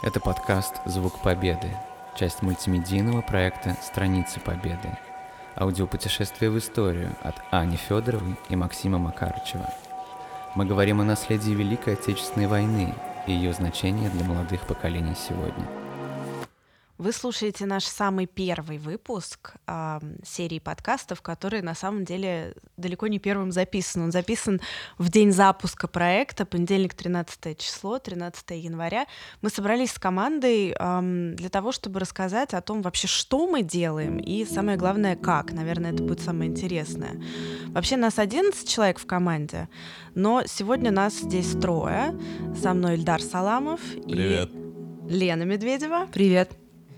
Это подкаст «Звук Победы», часть мультимедийного проекта «Страницы Победы». Аудиопутешествие в историю от Ани Федоровой и Максима Макарычева. Мы говорим о наследии Великой Отечественной войны и ее значении для молодых поколений сегодня. Вы слушаете наш самый первый выпуск серии подкастов, который на самом деле далеко не первым записан. Он записан в день запуска проекта, понедельник, 13 число, 13 января. Мы собрались с командой для того, чтобы рассказать о том вообще, что мы делаем, и самое главное, как. Наверное, это будет самое интересное. Вообще нас 11 человек в команде, но сегодня нас здесь трое. Со мной Ильдар Саламов. Привет. И Лена Медведева. Привет.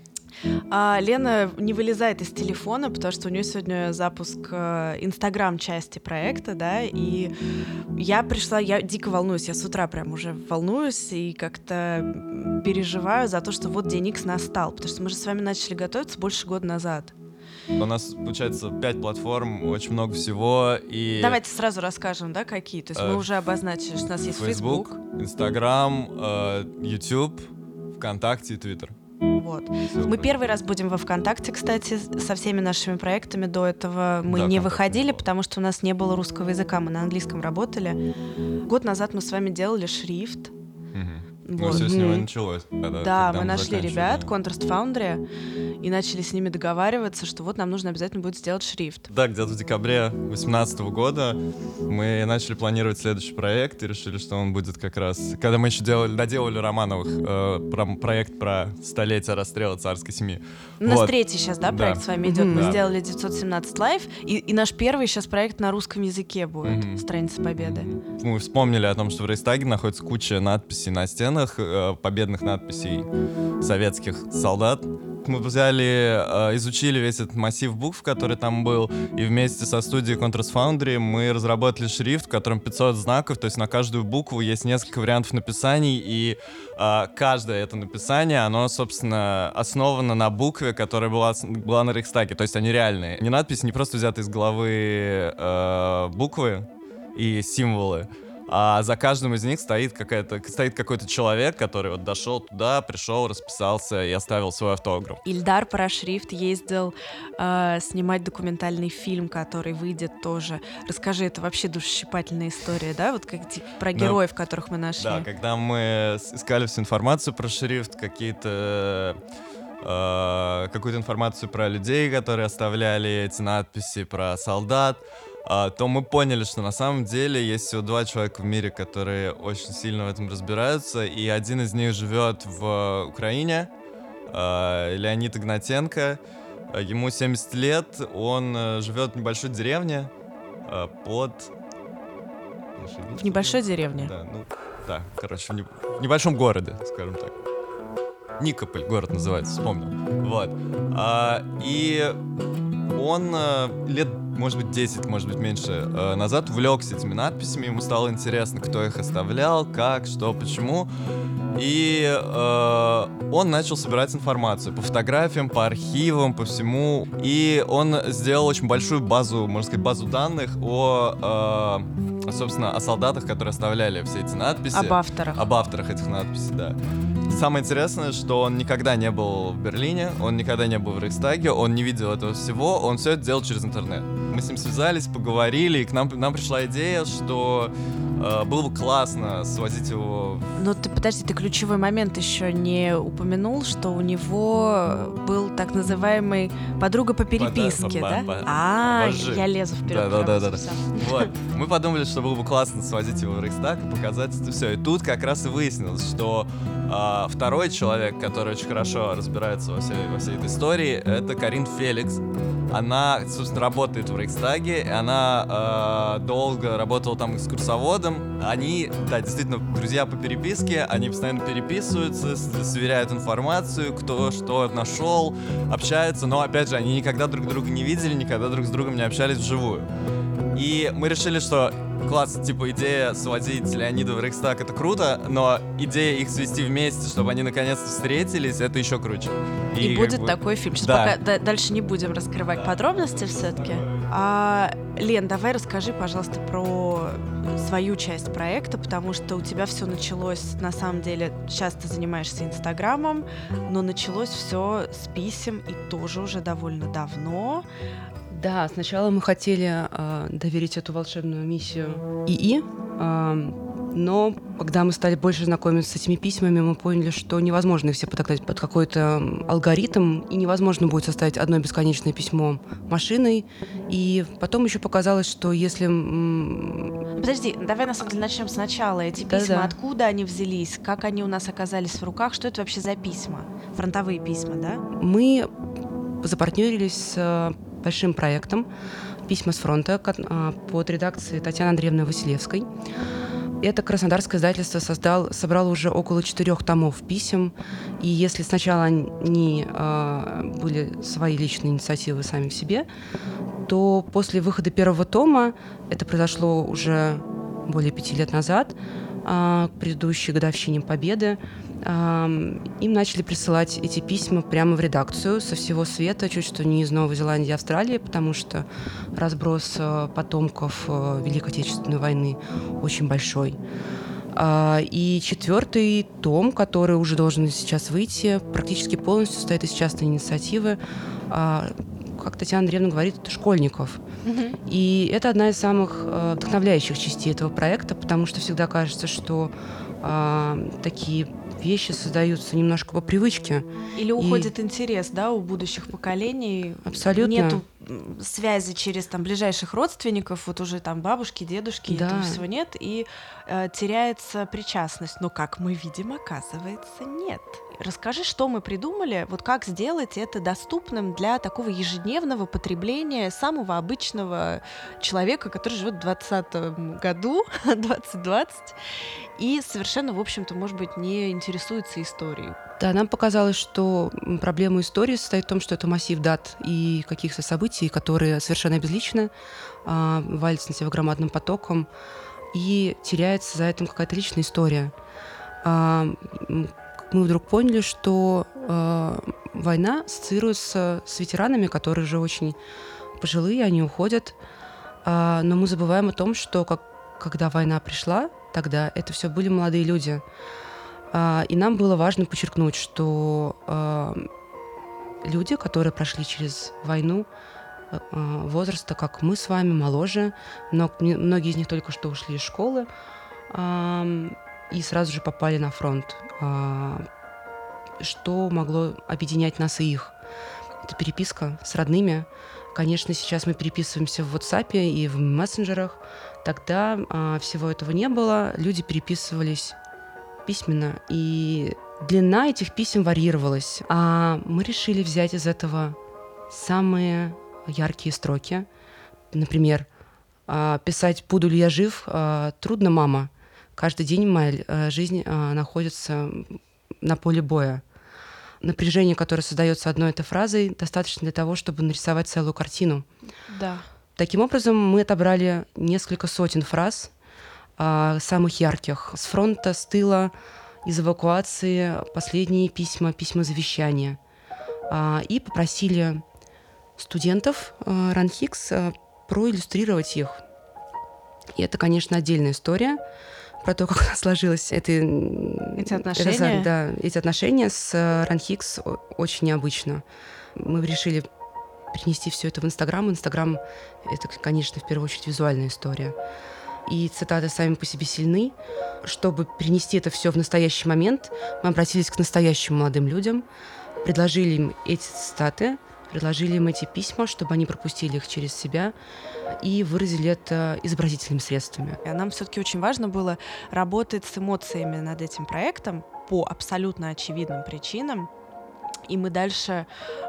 Лена не вылезает из телефона, потому что у нее сегодня запуск Инстаграм-части проекта, да, и я пришла, я дико волнуюсь, я с утра прям уже волнуюсь и как-то переживаю за то, что вот день Икс настал, потому что мы же с вами начали готовиться больше года назад. У нас, получается, 5 платформ, очень много всего. И Давайте сразу расскажем, да, какие. То есть мы уже обозначили, что у нас есть Facebook, Instagram, YouTube, ВКонтакте и Twitter. Вот. Мы первый раз будем во ВКонтакте, кстати, со всеми нашими проектами. До этого мы не выходили, потому что у нас не было русского языка, мы на английском работали. Год назад мы с вами делали шрифт. Ну, все с него началось. Да, мы нашли ребят, Contrast Foundry, и начали с ними договариваться, что вот нам нужно обязательно будет сделать шрифт. Да, где-то в декабре 2018 года мы начали планировать следующий проект и решили, что он будет как раз... Когда мы еще доделали Романовых, проект про столетие расстрела царской семьи. У нас третий сейчас, да, проект с вами идет. Мы сделали 917 Live, и наш первый сейчас проект на русском языке будет, «Страницы Победы». Мы вспомнили о том, что в Рейхстаге находится куча надписей на стенах, победных надписей советских солдат. Мы взяли, изучили весь этот массив букв, который там был, и вместе со студией Contrast Foundry мы разработали шрифт, в котором 500 знаков, то есть на каждую букву есть несколько вариантов написаний, и каждое это написание, оно, собственно, основано на букве, которая была на Рейхстаге, то есть они реальные. Не надписи, не просто взяты из головы буквы и символы, а за каждым из них стоит какой-то человек, который вот дошел туда, пришел, расписался и оставил свой автограф. Ильдар про шрифт ездил снимать документальный фильм, который выйдет тоже. Расскажи, это вообще душещипательная история, да? Вот как про героев, которых мы нашли. Да, когда мы искали всю информацию про шрифт, какую-то информацию про людей, которые оставляли эти надписи, про солдат, то мы поняли, что на самом деле есть всего 2 человека в мире, которые очень сильно в этом разбираются, и один из них живет в Украине, Леонид Игнатенко. Ему 70 лет, он живет в небольшой деревне в небольшой деревне? Да, в небольшом городе, скажем так. Никополь город называется, вспомнил. Вот. И он лет, может быть, 10, может быть, меньше назад увлекся этими надписями, ему стало интересно, кто их оставлял, как, что, почему. И он начал собирать информацию по фотографиям, по архивам, по всему. И он сделал очень большую базу, можно сказать, базу данных собственно, о солдатах, которые оставляли все эти надписи. Об авторах. Об авторах этих надписей, да. Самое интересное, что он никогда не был в Берлине, он никогда не был в Рейхстаге, он не видел этого всего, он все это делал через интернет. Мы с ним связались, поговорили, и к нам пришла идея, что было бы классно свозить его... Но ты ключевой момент еще не упомянул, что у него был так называемый подруга по переписке, да? Я лезу вперед. Да. Вот. Мы подумали, что было бы классно свозить его в Рейхстаг и показать это все. И тут как раз и выяснилось, что второй человек, который очень хорошо разбирается во всей этой истории, это Карин Феликс. Она, собственно, работает в Рейхстаге, и она долго работала там экскурсоводом. Они, да, действительно, друзья по переписке, они постоянно переписываются, сверяют информацию, кто что нашел, общаются, но, опять же, они никогда друг друга не видели, никогда друг с другом не общались вживую. И мы решили, что класс, типа, идея сводить Леонида в Рейхстаг — это круто, но идея их свести вместе, чтобы они наконец-то встретились, это еще круче. И будет такой фильм. Сейчас пока дальше не будем раскрывать подробности все-таки. Лен, давай расскажи, пожалуйста, про свою часть проекта, потому что у тебя все началось, на самом деле, сейчас ты занимаешься Инстаграмом, но началось все с писем и тоже уже довольно давно. Да, сначала мы хотели доверить эту волшебную миссию ИИ, но когда мы стали больше знакомиться с этими письмами, мы поняли, что невозможно их все подогнать под какой-то алгоритм, и невозможно будет составить одно бесконечное письмо машиной. И потом еще показалось, что если... Подожди, давай на самом деле начнем сначала. Эти письма, откуда они взялись, как они у нас оказались в руках, что это вообще за письма? Фронтовые письма, да? Мы запартнерились с большим проектом «Письма с фронта» под редакцией Татьяны Андреевны Василевской. Это краснодарское издательство собрало уже около 4 томов писем. И если сначала они были свои личные инициативы сами в себе, то после выхода первого тома, это произошло уже более 5 лет назад, к предыдущей годовщине Победы, им начали присылать эти письма прямо в редакцию со всего света, чуть что не из Новой Зеландии и Австралии, потому что разброс потомков Великой Отечественной войны очень большой. И 4-й том, который уже должен сейчас выйти, практически полностью состоит из частной инициативы, как Татьяна Андреевна говорит, школьников. И это одна из самых вдохновляющих частей этого проекта, потому что всегда кажется, что такие вещи создаются немножко по привычке. Или уходит интерес, да, у будущих поколений. Абсолютно. Нету связи через там ближайших родственников, вот уже там бабушки, дедушки, Да. этого всего нет, и теряется причастность. Но, как мы видим, оказывается, нет. Расскажи, что мы придумали, вот как сделать это доступным для такого ежедневного потребления самого обычного человека, который живет в 2020 году, 2020, и совершенно, в общем-то, может быть, не интересуется историей. Да, нам показалось, что проблема истории состоит в том, что это массив дат и каких-то событий, которые совершенно безличны, валятся на себя громадным потоком, и теряется за этим какая-то личная история. Мы вдруг поняли, что война ассоциируется с ветеранами, которые уже очень пожилые, они уходят, но мы забываем о том, что когда война пришла, тогда это все были молодые люди. И нам было важно подчеркнуть, что люди, которые прошли через войну, возраста, как мы с вами, моложе, но многие из них только что ушли из школы и сразу же попали на фронт. Что могло объединять нас и их? Это переписка с родными. Конечно, сейчас мы переписываемся в WhatsApp и в мессенджерах. Тогда всего этого не было. Люди переписывались письменно, и длина этих писем варьировалась. А мы решили взять из этого самые яркие строки. Например, писать «Буду ли я жив?» трудно, мама. Каждый день моя жизнь находится на поле боя. Напряжение, которое создается одной этой фразой, достаточно для того, чтобы нарисовать целую картину. Да. Таким образом, мы отобрали несколько сотен фраз, самых ярких, с фронта, с тыла, из эвакуации, последние письма завещания. И попросили студентов РАНХИКС проиллюстрировать их. И это, конечно, отдельная история про то, как сложилось эти отношения. Эти отношения с РАНХИКС очень необычно. Мы решили перенести все это в Инстаграм. Инстаграм — это, конечно, в первую очередь визуальная история. И цитаты сами по себе сильны. Чтобы перенести это все в настоящий момент, мы обратились к настоящим молодым людям, предложили им эти цитаты, предложили им эти письма, чтобы они пропустили их через себя и выразили это изобразительными средствами. Нам все-таки очень важно было работать с эмоциями над этим проектом по абсолютно очевидным причинам. И мы дальше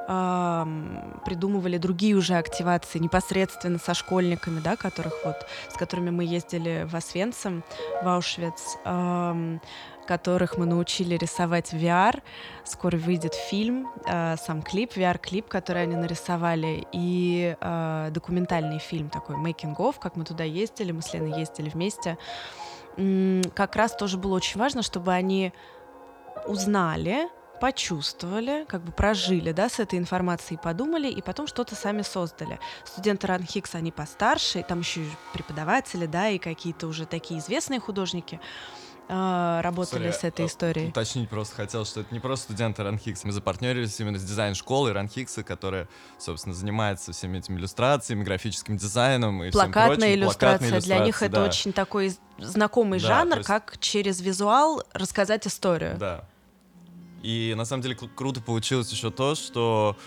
придумывали другие уже активации непосредственно со школьниками, да, с которыми мы ездили в Освенцим, в Аушвиц, которых мы научили рисовать в VR. Скоро выйдет фильм, сам клип, VR-клип, который они нарисовали, и документальный фильм такой, making of, как мы туда ездили, мы с Леной ездили вместе. Как раз тоже было очень важно, чтобы они узнали почувствовали, как бы прожили, да, с этой информацией, подумали, и потом что-то сами создали. Студенты РАНХИКС, они постарше, и там еще и преподаватели, да, и какие-то уже такие известные художники работали с этой историей. Уточнить просто хотел, что это не просто студенты РАНХИКС. Мы запартнерились именно с дизайн-школой РАНХИКСа, которая, собственно, занимается всеми этими иллюстрациями, графическим дизайном и всем прочим. Плакатная иллюстрация. Для них это очень такой знакомый жанр, как через визуал рассказать историю. Да. И на самом деле круто получилось еще то, что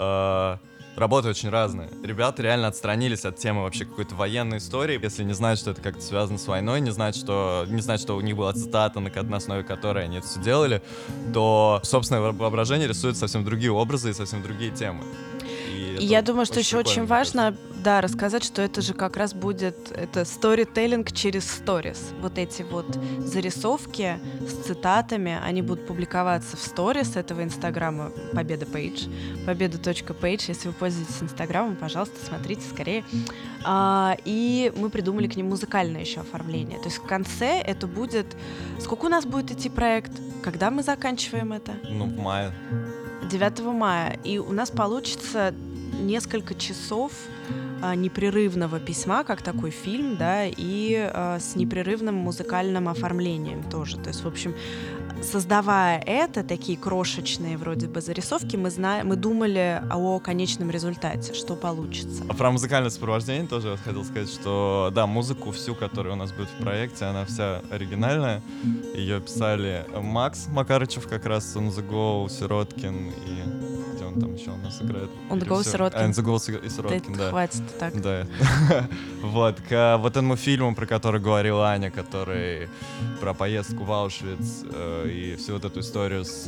работы очень разные. Ребята реально отстранились от темы вообще какой-то военной истории. Если не знают, что это как-то связано с войной, не знают, что у них была цитата, на основе которой они это все делали, то собственное воображение рисует совсем другие образы и совсем другие темы. И я думаю, что еще очень важно, да, рассказать, что это же как раз будет это сторителлинг через сторис. Вот эти вот зарисовки с цитатами, они будут публиковаться в сторис этого инстаграма Победа Пейдж, победа.пейдж. Если вы пользуетесь инстаграмом, пожалуйста, смотрите скорее. И мы придумали к ним музыкальное еще оформление. То есть в конце это будет... Сколько у нас будет идти проект? Когда мы заканчиваем это? Ну, в мае. 9 мая. И у нас получится несколько часов непрерывного письма, как такой фильм, да, и с непрерывным музыкальным оформлением тоже. То есть, в общем, создавая это, такие крошечные вроде бы зарисовки, мы думали о конечном результате, что получится. А про музыкальное сопровождение тоже хотел сказать, что да, музыку всю, которая у нас будет в проекте, она вся оригинальная. Ее писали Макс Макарычев, как раз On The Go, Сироткин и... Где он там еще у нас играет? On The Go, Сироткин. On The Go и Сироткин, да. Хватит так. Да. Вот, к вот этому фильму, про который говорила Аня, который про поездку в Аушвиц и всю вот эту историю с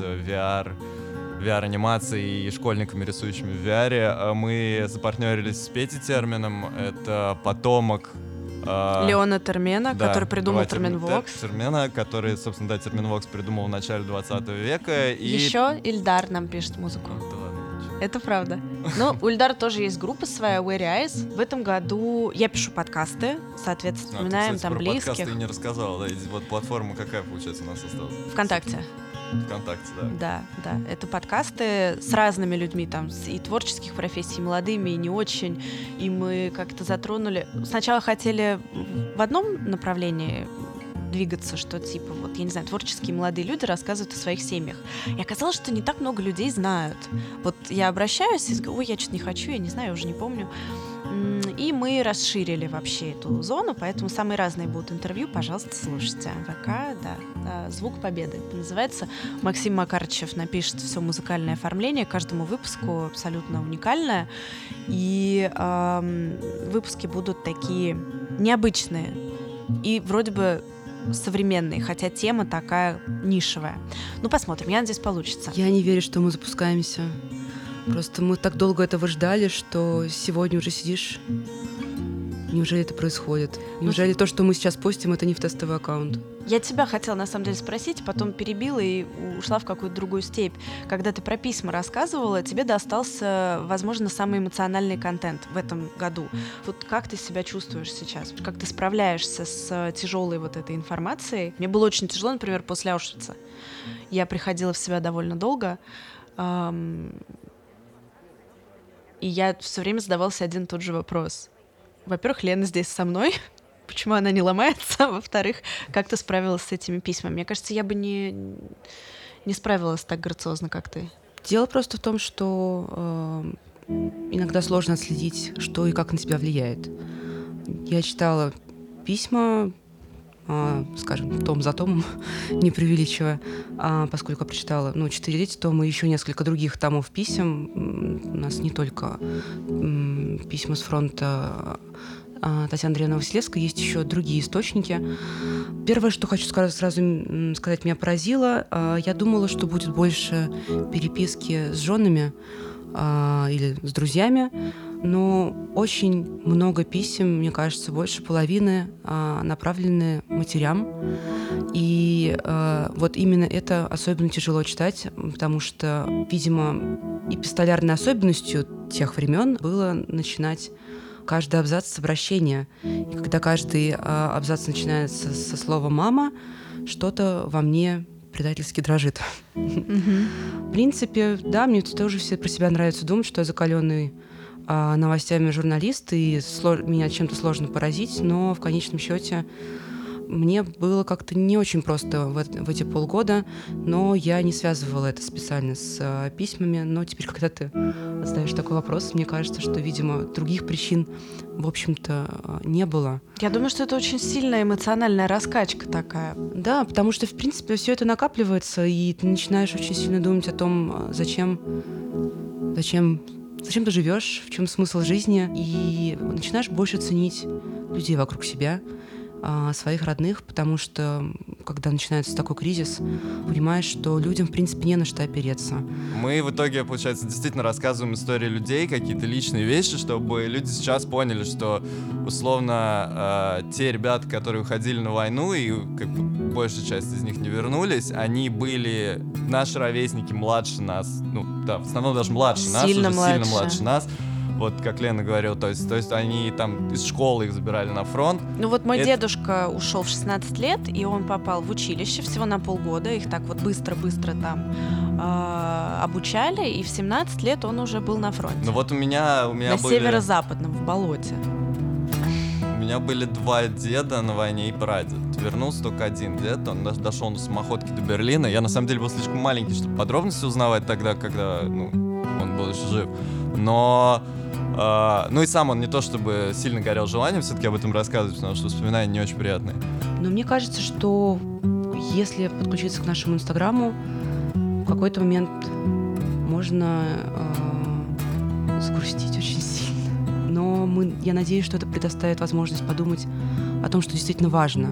VR-анимацией и школьниками, рисующими в VR, мы запартнерились с Петей Термином, это потомок Леона Термена, да, который придумал Терминвокс. Термена, который, собственно, да, Терминвокс придумал в начале 20 века. И... Еще Ильдар нам пишет музыку. Да ладно. Это правда. Но у Ильдара тоже есть группа своя, Weary Eyes. В этом году я пишу подкасты, соответственно, вспоминаем ты, кстати, там про близких. подкасты не рассказала, да? Вот платформа какая, получается, у нас осталась? ВКонтакте. ВКонтакте, да. Да. Это подкасты с разными людьми, там, и творческих профессий, и молодыми, и не очень. И мы как-то затронули... Сначала хотели в одном направлении двигаться, что типа, вот, я не знаю, творческие молодые люди рассказывают о своих семьях. И оказалось, что не так много людей знают. Вот я обращаюсь и говорю, ой, я что-то не хочу, я не знаю, я уже не помню. И мы расширили вообще эту зону, поэтому самые разные будут интервью, пожалуйста, слушайте. ВК, да. «Звук Победы» называется. Максим Макарычев напишет все музыкальное оформление, каждому выпуску абсолютно уникальное. И выпуски будут такие необычные и вроде бы современные, хотя тема такая нишевая. Ну, посмотрим, я надеюсь, получится. Я не верю, что мы запускаемся. Просто мы так долго этого ждали, что сегодня уже сидишь. Неужели это происходит? Неужели то, что мы сейчас постим, это не в тестовый аккаунт? Я тебя хотела, на самом деле, спросить, потом перебила и ушла в какую-то другую степь. Когда ты про письма рассказывала, тебе достался, возможно, самый эмоциональный контент в этом году. Вот как ты себя чувствуешь сейчас? Как ты справляешься с тяжелой вот этой информацией? Мне было очень тяжело, например, после Аушвица. Я приходила в себя довольно долго, и я все время задавался один и тот же вопрос. Во-первых, Лена здесь со мной. Почему она не ломается? Во-вторых, как ты справилась с этими письмами? Мне кажется, я бы не справилась так грациозно, как ты. Дело просто в том, что иногда сложно отследить, что и как на тебя влияет. Я читала письма, скажем, том за томом, не преувеличивая, поскольку я прочитала 4 тома и еще несколько других томов писем. У нас не только письма с фронта Татьяны Андреевны Василевской, есть еще другие источники. Первое, что хочу сразу сказать, меня поразило. Я думала, что будет больше переписки с женами или с друзьями, но очень много писем, мне кажется, больше половины направлены матерям. И вот именно это особенно тяжело читать, потому что, видимо, эпистолярной особенностью тех времен было начинать каждый абзац с обращения. И когда каждый абзац начинается со слова «мама», что-то во мне предательски дрожит. В принципе, да, мне тоже все про себя нравится думать, что я закаленный новостями журналист, и меня чем-то сложно поразить, но в конечном счете мне было как-то не очень просто в эти полгода, но я не связывала это специально с письмами. Но теперь, когда ты задаешь такой вопрос, мне кажется, что, видимо, других причин, в общем-то, не было. Я думаю, что это очень сильная эмоциональная раскачка такая. Да, потому что, в принципе, все это накапливается, и ты начинаешь очень сильно думать о том, зачем ты живешь, в чем смысл жизни, и начинаешь больше ценить людей вокруг себя, своих родных, потому что, когда начинается такой кризис, понимаешь, что людям, в принципе, не на что опереться. Мы в итоге, получается, действительно рассказываем истории людей, какие-то личные вещи, чтобы люди сейчас поняли, что, условно, те ребята, которые уходили на войну, и как бы большая часть из них не вернулись, они были наши ровесники младше нас, ну, да, в основном даже младше нас, сильно младше нас. Вот как Лена говорила, то есть они там из школы их забирали на фронт. Ну вот мой дедушка ушел в 16 лет, и он попал в училище всего на полгода. Их так вот быстро-быстро там обучали, и в 17 лет он уже был на фронте. Ну вот у меня на были... северо-западном, в болоте. У меня были 2 деда на войне и прадед. Вернулся только один дед, он дошел на самоходке до Берлина. Я на самом деле был слишком маленький, чтобы подробности узнавать тогда, когда он был еще жив. Но... ну и сам он не то чтобы сильно горел желанием все-таки об этом рассказывать, потому что воспоминания не очень приятные. Но мне кажется, что если подключиться к нашему Инстаграму, в какой-то момент можно загрустить очень сильно. Но я надеюсь, что это предоставит возможность подумать о том, что действительно важно.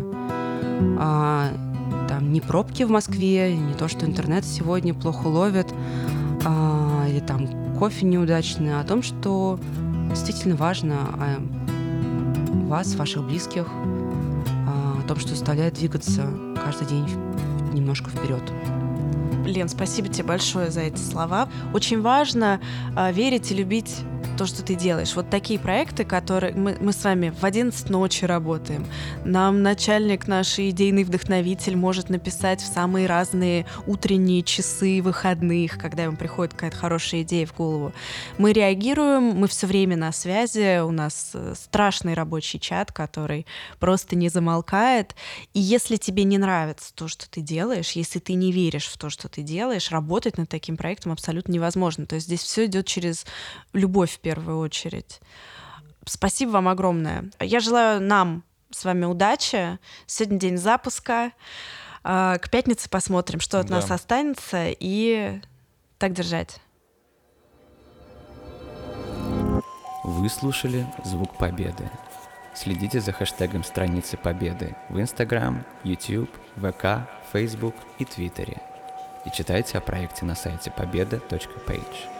Там не пробки в Москве, не то, что интернет сегодня плохо ловит, или там кофе неудачный, а о том, что действительно важно о вас, ваших близких, о том, что заставляет двигаться каждый день немножко вперед. Лен, спасибо тебе большое за эти слова. Очень важно верить и любить то, что ты делаешь. Вот такие проекты, которые мы с вами в 11 ночи работаем. Нам начальник, наш идейный вдохновитель, может написать в самые разные утренние часы выходных, когда ему приходит какая-то хорошая идея в голову. Мы реагируем, мы все время на связи, у нас страшный рабочий чат, который просто не замолкает. И если тебе не нравится то, что ты делаешь, если ты не веришь в то, что ты делаешь, работать над таким проектом абсолютно невозможно. То есть здесь все идет через любовь в первую очередь. Спасибо вам огромное. Я желаю нам с вами удачи. Сегодня день запуска. К пятнице посмотрим, что от нас останется, и так держать. Вы слушали «Звук Победы». Следите за хэштегом страницы Победы в Instagram, YouTube, ВК, Facebook и Твиттере. И читайте о проекте на сайте победа.page.